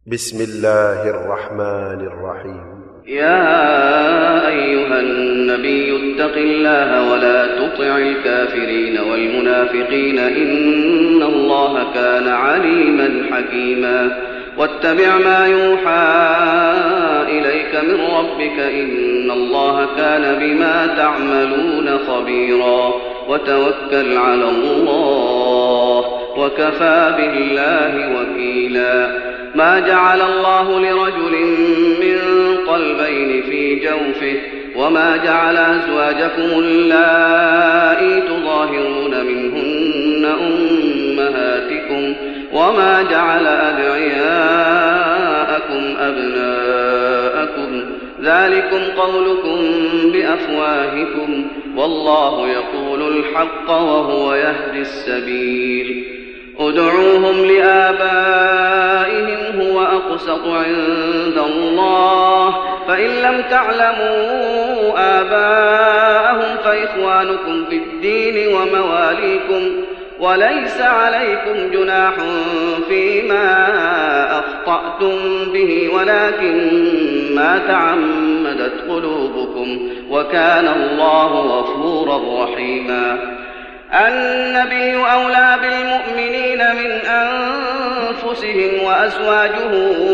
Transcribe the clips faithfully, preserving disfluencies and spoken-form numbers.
بسم الله الرحمن الرحيم. يا أيها النبي اتق الله ولا تطع الكافرين والمنافقين إن الله كان عليما حكيما. واتبع ما يوحى إليك من ربك إن الله كان بما تعملون خبيرا. وتوكل على الله وكفى بالله وكيلا. ما جعل الله لرجل من قلبين في جوفه وما جعل أزواجكم اللائي تظاهرون منهن أمهاتكم وما جعل أدعياءكم أبناءكم ذلكم قولكم بأفواهكم والله يقول الحق وهو يهدي السبيل. ادعوهم لآبائهم هو أقسط عند الله فإن لم تعلموا آباءهم فإخوانكم في الدين ومواليكم وليس عليكم جناح فيما أخطأتم به ولكن ما تعمدت قلوبكم وكان الله غفورا رحيما. النبي أولى بالمؤمنين من أنفسهم وأزواجه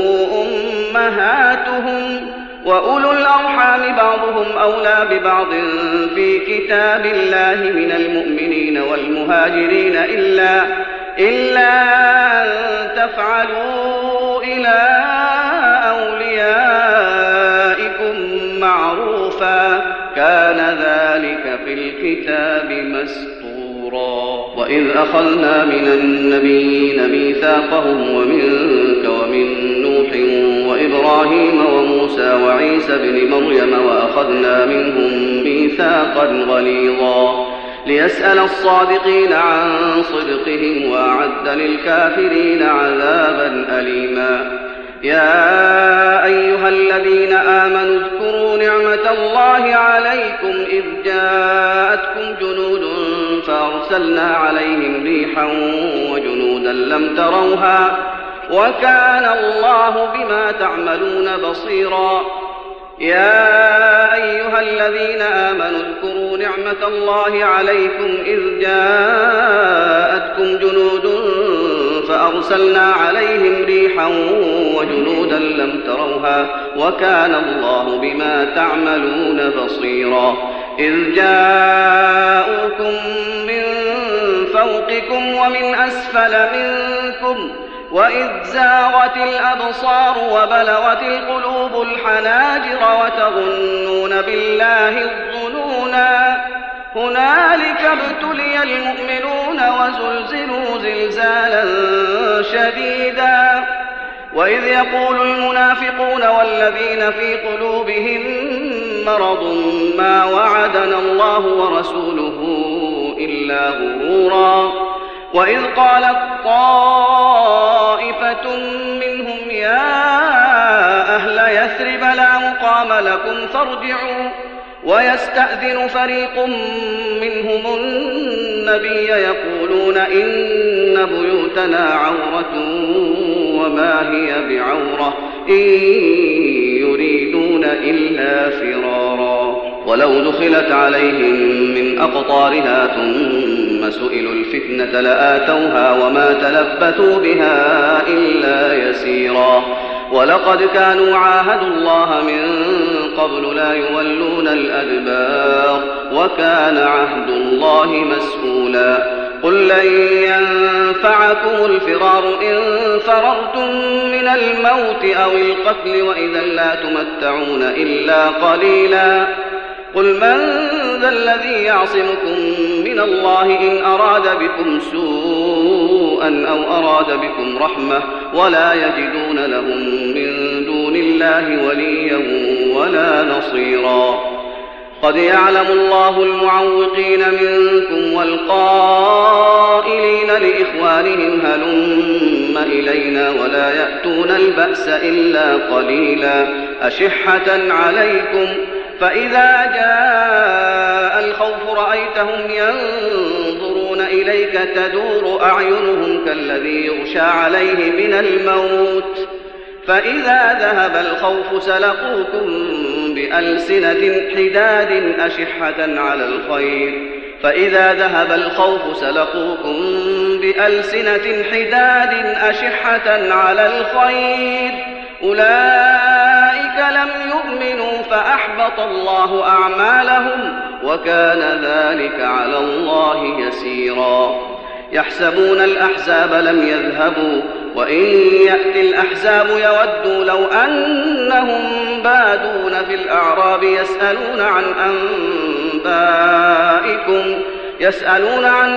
أمهاتهم وأولو الأرحام بعضهم أولى ببعض في كتاب الله من المؤمنين والمهاجرين إلا, إلا أن تفعلوا إلى أوليائكم معروفا كان ذلك في الكتاب مسطورا. وإذ أخذنا من النبيين ميثاقهم ومنك ومن نوح وإبراهيم وموسى وعيسى ابن مريم وأخذنا منهم ميثاقا غليظا ليسأل الصادقين عن صدقهم وأعد للكافرين عذابا أليما. يا أيها الذين آمنوا اذكروا نعمة الله عليكم إذ جاءتكم جنود فأرسلنا عليهم ريحا وجنودا لم تروها وكان الله بما تعملون بصيرا. يا أيها الذين آمنوا اذكروا نعمة الله عليكم إذ جاءتكم جنود فأرسلنا عليهم ريحا وجنودا لم تروها وكان الله بما تعملون بصيرا. إذ جاءوكم من فوقكم ومن أسفل منكم وإذ زاغت الأبصار وبلغت القلوب الحناجر وتظنون بالله الظنونا هنالك ابتلي المؤمنون وزلزلوا زلزالا شديدا. وإذ يقول المنافقون والذين في قلوبهم مرض ما وعدنا الله ورسوله إلا غرورا. وإذ قالت طائفة منهم يا أهل يثرب لا مقام لكم فارجعوا ويستأذن فريق منهم النبي يقولون إن بيوتنا عورة وما هي بعورة إن يريدون إلا فرارا. ولو دخلت عليهم من أقطارها ثم سئلوا الفتنة لآتوها وما تلبثوا بها إلا يسيرا. ولقد كانوا عاهدوا الله من قبل لا يولون الأدبار وكان عهد الله مسؤولا. قل لن ينفعكم الفرار إن فررتم من الموت أو القتل وإذا لا تمتعون إلا قليلا. قل من ذا الذي يعصمكم من الله إن أراد بكم سوءا أو أراد بكم رحمة ولا يجدون لهم من دون الله وليا ولا نصيرا. قد يعلم الله المعوقين منكم والقائلين لإخوانهم هلم إلينا ولا يأتون البأس إلا قليلا أشحة عليكم فإذا جاء الخوف رأيتهم ينظرون إليك تدور أعينهم كالذي يغشى عليه من الموت فإذا ذهب الخوف سلقوكم بألسنة حداد أشحة على الخير فإذا ذهب الخوف سلقوكم بألسنة حداد أشحة على الخير أولئك لم يؤمنوا فأحبط الله أعمالهم وكان ذلك على الله يسيرا يحسبون الأحزاب لم يذهبوا وإن يأتي الأحزاب يودوا لو أنهم بادون في الأعراب يسألون عن أنبائكم يسألون عن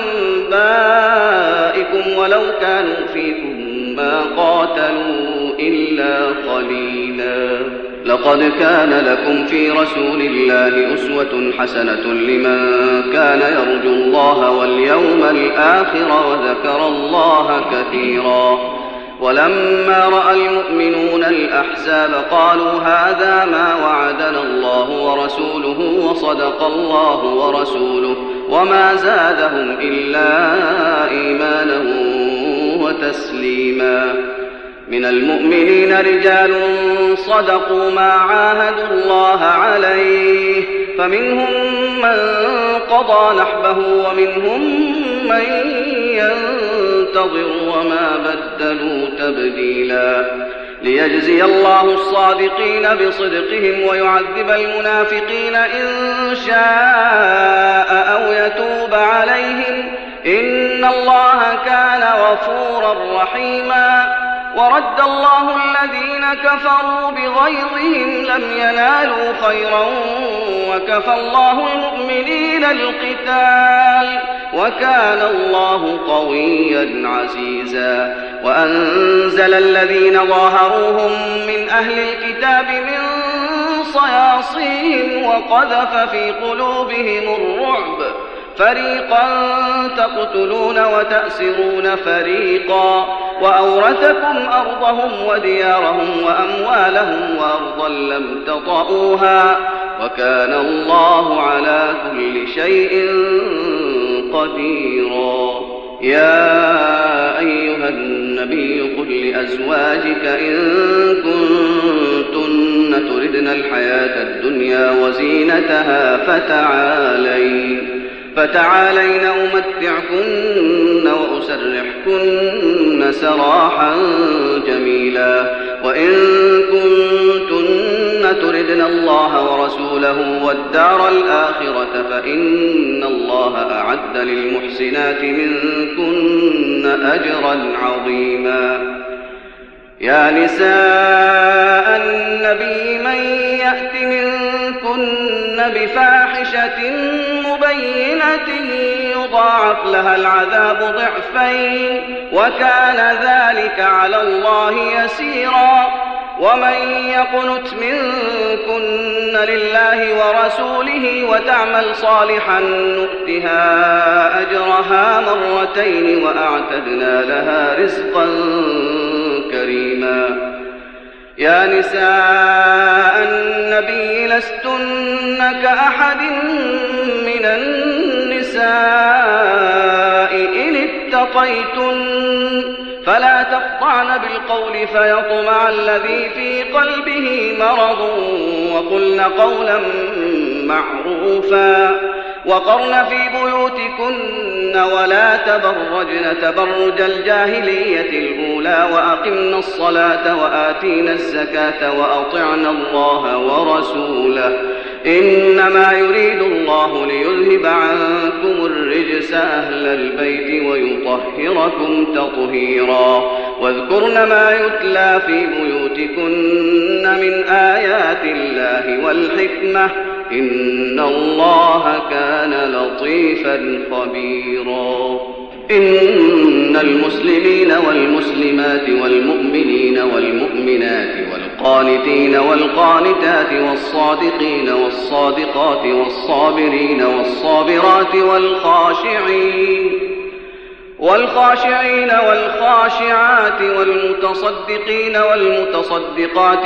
أنبائكم ولو كانوا فيكم ما قاتلوا إلا قليلا لقد كان لكم في رسول الله أسوة حسنة لمن كان يرجو الله واليوم الآخر وذكر الله كثيرا ولما رأى المؤمنون الأحزاب قالوا هذا ما وعدنا الله ورسوله وصدق الله ورسوله وما زادهم إلا إيمانا وتسليما من المؤمنين رجال صدقوا ما عاهدوا الله عليه فمنهم من قضى نحبه ومنهم من ينتظر وما بدلوا تبديلا ليجزي الله الصادقين بصدقهم ويعذب المنافقين إن شاء أو يتوب عليهم إن الله كان غفورا رحيما ورد الله الذين كفروا بغيظهم لم ينالوا خيرا وكفى الله المؤمنين القتال وكان الله قويا عزيزا وأنزل الذين ظاهروهم من أهل الكتاب من صياصيهم وقذف في قلوبهم الرعب فريقا تقتلون وتأسرون فريقا وأورثكم أرضهم وديارهم وأموالهم وأرضا لم تطئوها وكان الله على كل شيء قديرا يا أيها النبي قل لأزواجك إن كنتن تردن الحياة الدنيا وزينتها فتعالين فتعالين أمتعكن وأسرحكن سراحا جميلا وإن كنتن تردن الله ورسوله والدار الآخرة فإن الله أعد للمحسنات منكن أجرا عظيما يا نساء النبي من يأت منكن بفاحشة مبينة يضاعف لها العذاب ضعفين وكان ذلك على الله يسيرا ومن يقنت منكن لله ورسوله وتعمل صالحا نؤتها أجرها مرتين وأعتدنا لها رزقا كريما يا نساء النبي لستن كأحد من النساء إن اتقيتن فلا تخضعن بالقول فيطمع الذي في قلبه مرض وقلن قولا معروفا وقرن في بيوتكن ولا تبرجن تبرج الجاهلية الأولى وأقمن الصلاة وآتينا الزكاة وأطعنا الله ورسوله إنما يريد الله ليذهب عنكم الرجس أهل البيت ويطهركم تطهيرا واذكرن ما يتلى في بيوتكن من آيات الله والحكمة إن الله كان لطيفا خبيرا إن المسلمين والمسلمات والمؤمنين والمؤمنات والقانتين والقانتات والصادقين والصادقات والصابرين والصابرات والخاشعين والخاشعين والخاشعات والمتصدقين والمتصدقات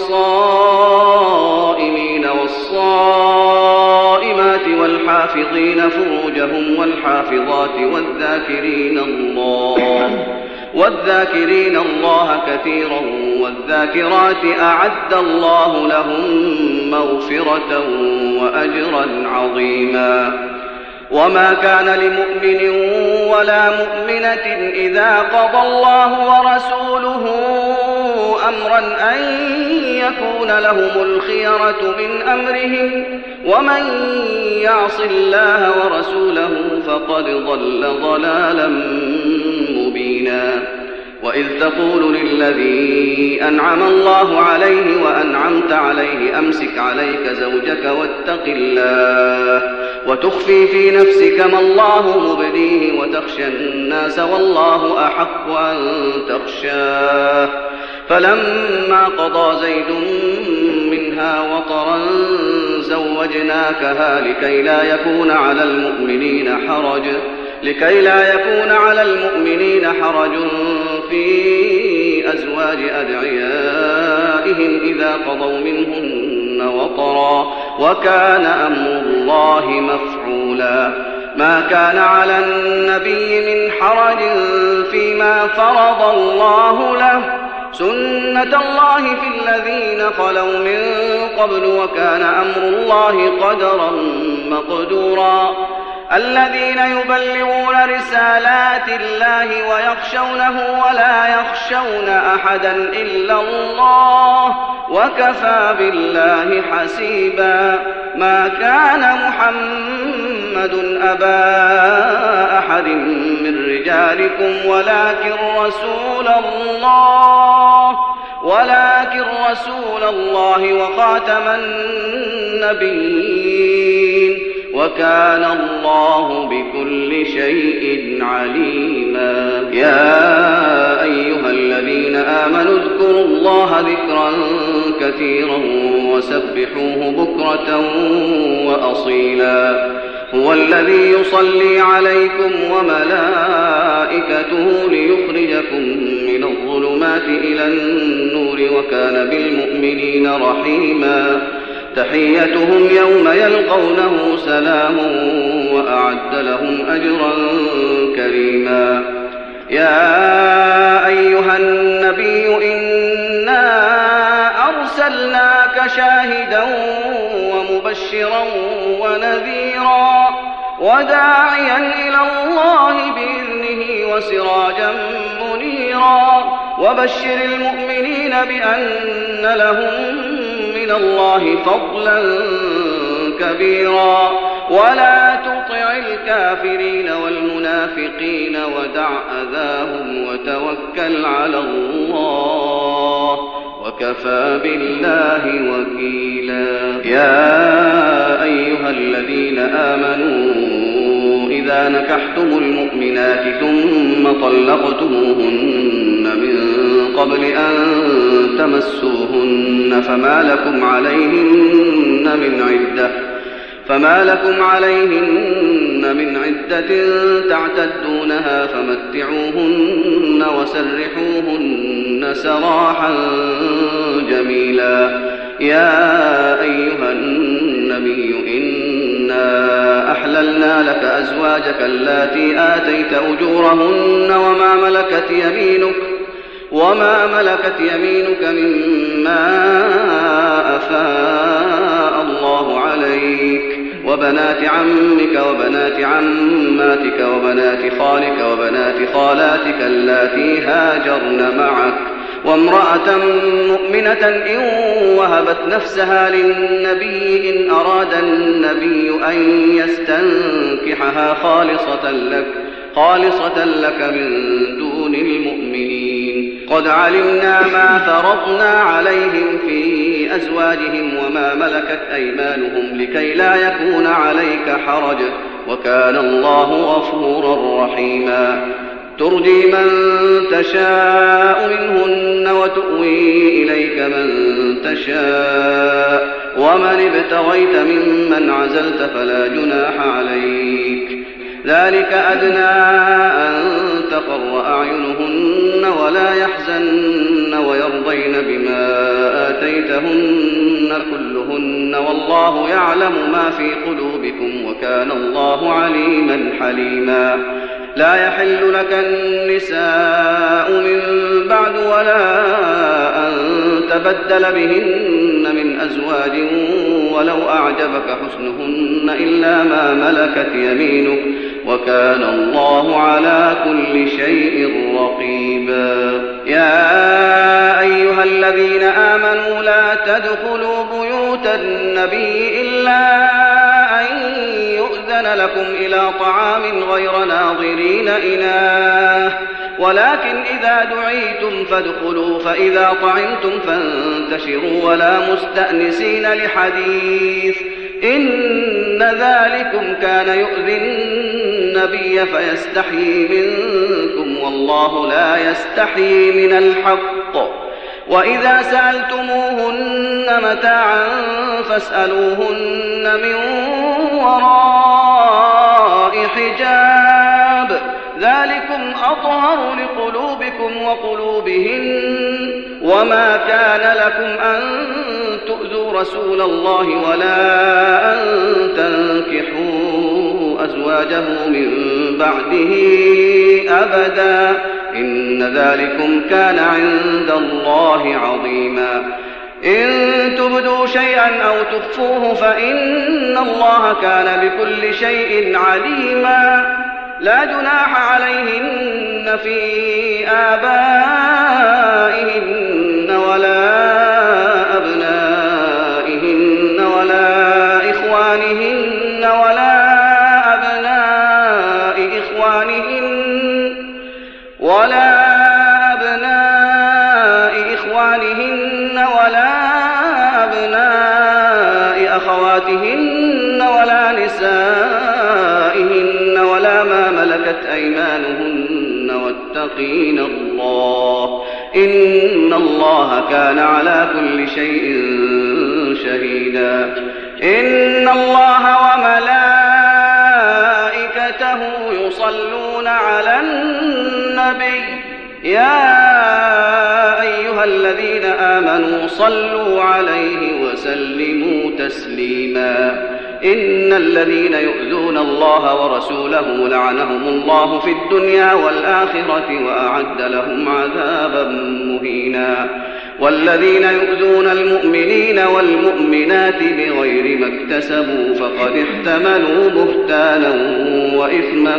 والصائمين والصائمات والحافظين فروجهم والحافظات والذاكرين الله والذاكرين الله كثيرا والذاكرات أعد الله لهم مغفرة وأجرا عظيما. وما كان لمؤمن ولا مؤمنة إذا قضى الله ورسوله أمرا أن يكون لهم الخيرة من أمرهم ومن يعص الله ورسوله فقد ضل ضلالا مبينا. وإذ تقول للذي أنعم الله عليه وأنعمت عليه أمسك عليك زوجك واتق الله وتخفي في نفسك ما الله مبديه وتخشى الناس والله أحق أن تخشاه. فلما قضى زيد منها وطرا زوجناكها لكي لا يكون على المؤمنين حرج لكي لا يكون على المؤمنين حرج في أزواج أدعيائهم إذا قضوا منهن وطرا وكان أمر الله مفعولا. ما كان على النبي من حرج فيما فرض الله له سنة الله في الذين خلوا من قبل وكان أمر الله قدرا مقدورا. الذين يبلغون رسالات الله ويخشونه ولا يخشون أحدا إلا الله وكفى بالله حسيبا. ما كان محمد أبا أحد من رجالكم ولكن رسول الله ولكن رسول الله وخاتم النبيين وكان الله بكل شيء عليما. يا أيها الذين آمنوا اذكروا الله ذكرا كثيرا وسبحوه بكرة وأصيلا. هو الذي يصلي عليكم وملائكته ليخرجكم من الظلمات إلى النور وكان بالمؤمنين رحيما. تحيتهم يوم يلقونه سلام وأعد لهم أجرا كريما. يا أيها النبي إنا أرسلناك شاهدا ومبشرا ونذيرا وداعيا إلى الله بإذنه وسراجا منيرا. وبشر المؤمنين بأن لهم من الله فضلا كبيرا. ولا تطع الكافرين والمنافقين ودع أذاهم وتوكل على الله وكفى بالله وكيلا. يا أيها الذين آمنوا إذا نكحتم المؤمنات ثم طلقتموهن من قبل أن تمسوهن فما لكم عليهن من عدة فما لكم عليهن من عدة تعتدونها فمتعوهن وسرحوهن سراحا جميلا. يا أيها النبي إنا أحللنا لك أزواجك اللاتي آتيت أجورهن وما ملكت يمينك وما ملكت يمينك مما أفاء الله عليك وبنات عمك وبنات عماتك وبنات خالك وبنات خالاتك اللاتي هاجرن معك وامرأة مؤمنة إن وهبت نفسها للنبي إن أراد النبي أن يستنكحها خالصة لك خالصة لك من دون المؤمنين. قد علمنا ما فرضنا عليهم في أزواجهم وما ملكت أيمانهم لكي لا يكون عليك حرج وكان الله غفورا رحيما. ترجي من تشاء منهن وتؤوي إليك من تشاء ومن ابتغيت ممن عزلت فلا جناح عليك. ذلك أدنى أن تقر أعينهن ولا يحزن ويرضين بما آتيتهن كلهن والله يعلم ما في قلوبكم وكان الله عليما حليما. لا يحل لك النساء من بعد ولا أن تبدل بهن من أزواج ولو أعجبك حسنهن إلا ما ملكت يمينك وكان الله على كل شيء رقيبا. يا أيها الذين آمنوا لا تدخلوا بيوت النبي إلا أن يؤذن لكم إلى طعام غير ناظرين إناه ولكن إذا دعيتم فادخلوا فإذا طعمتم فانتشروا ولا مستأنسين لحديث إن ذلكم كان يؤذي النبي فيستحيي منكم والله لا يستحيي من الحق. وإذا سألتموهن متاعا فاسألوهن من وراء حجاب ذلكم أطهر لقلوبكم وقلوبهن وما كان لكم أن تؤذوا رسول الله ولا أن تنكحوا أزواجه من بعده أبدا إن ذلكم كان عند الله عظيما. إن تبدوا شيئا أو تخفوه فإن الله كان بكل شيء عليما. لا جناح عليهن في آبائهن ولا أبنائهن ولا إخوانهن ولا أبناء إخوانهن ولا أبناء إخوانهن ولا أبناء أخواتهن ولا نسائهن ولا ما ملكت أيمانهن واتقين الله إن الله كان على كل شيء شهيدا. إن الله وملائكته يصلون على النبي يا أيها الذين آمنوا صلوا عليه وسلموا تسليما. إن الذين يؤذون الله ورسوله لعنهم الله في الدنيا والآخرة وأعد لهم عذابا مهينا. والذين يؤذون المؤمنين والمؤمنات بغير ما اكتسبوا فقد احتملوا بهتانا وإثما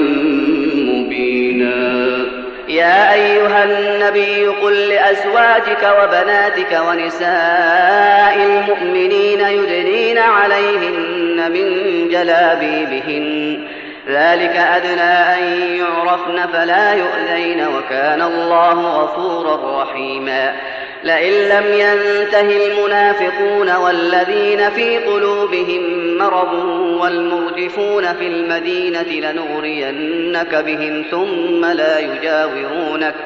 مبينا. يا أيها النبي قل لأزواجك وبناتك ونساء المؤمنين يدنين عليهن من جلابيبهن ذلك أدنى أن يعرفن فلا يؤذين وكان الله غفورا رحيما. لئن لم ينته المنافقون والذين في قلوبهم مرض والمرجفون في المدينة لنغرينك بهم ثم لا يجاورونك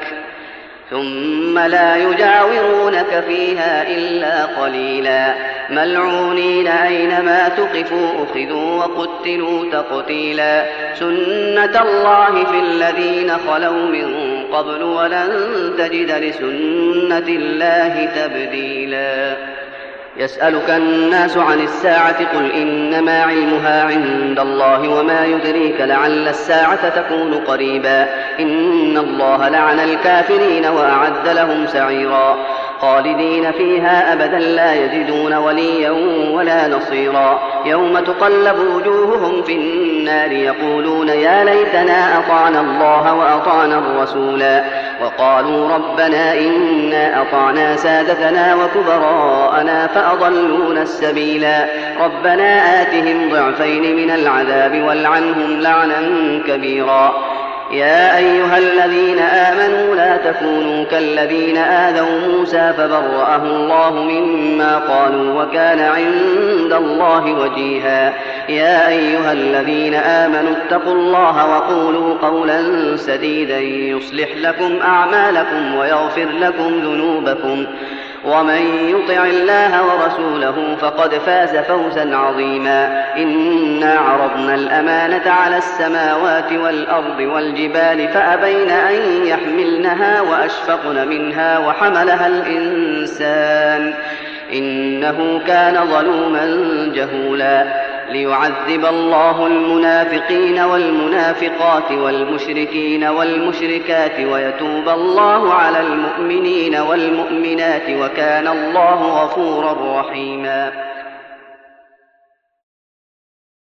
ثم لا يجاورونك فيها إلا قليلا ملعونين أينما ثقفوا أخذوا وقتلوا تقتيلا. سنة الله في الذين خلوا من قبل ولن تجد لسنة الله تبديلا. يسألك الناس عن الساعة قل إنما علمها عند الله وما يدريك لعل الساعة تكون قريبا. إن الله لعن الكافرين وأعد لهم سعيرا خالدين فيها أبدا لا يجدون وليا ولا نصيرا. يوم تقلب وجوههم في النار يقولون يا ليتنا أطعنا الله وأطعنا الرسولا وقالوا ربنا إنا أطعنا سادتنا وكبراءنا فأضلونا السبيلا. ربنا آتهم ضعفين من العذاب والعنهم لعنا كبيرا. يا أيها الذين آمنوا لا تكونوا كالذين آذوا موسى فبرأه الله مما قالوا وكان عند الله وجيها. يا أيها الذين آمنوا اتقوا الله وقولوا قولا سديدا يصلح لكم أعمالكم ويغفر لكم ذنوبكم ومن يطع الله ورسوله فقد فاز فوزا عظيما. إنا عرضنا الأمانة على السماوات والأرض والجبال فأبين أن يحملنها وأشفقن منها وحملها الإنسان إنه كان ظلوما جهولا. ليعذب الله المنافقين والمنافقات والمشركين والمشركات ويتوب الله على المؤمنين والمؤمنات وكان الله غفورا رحيما.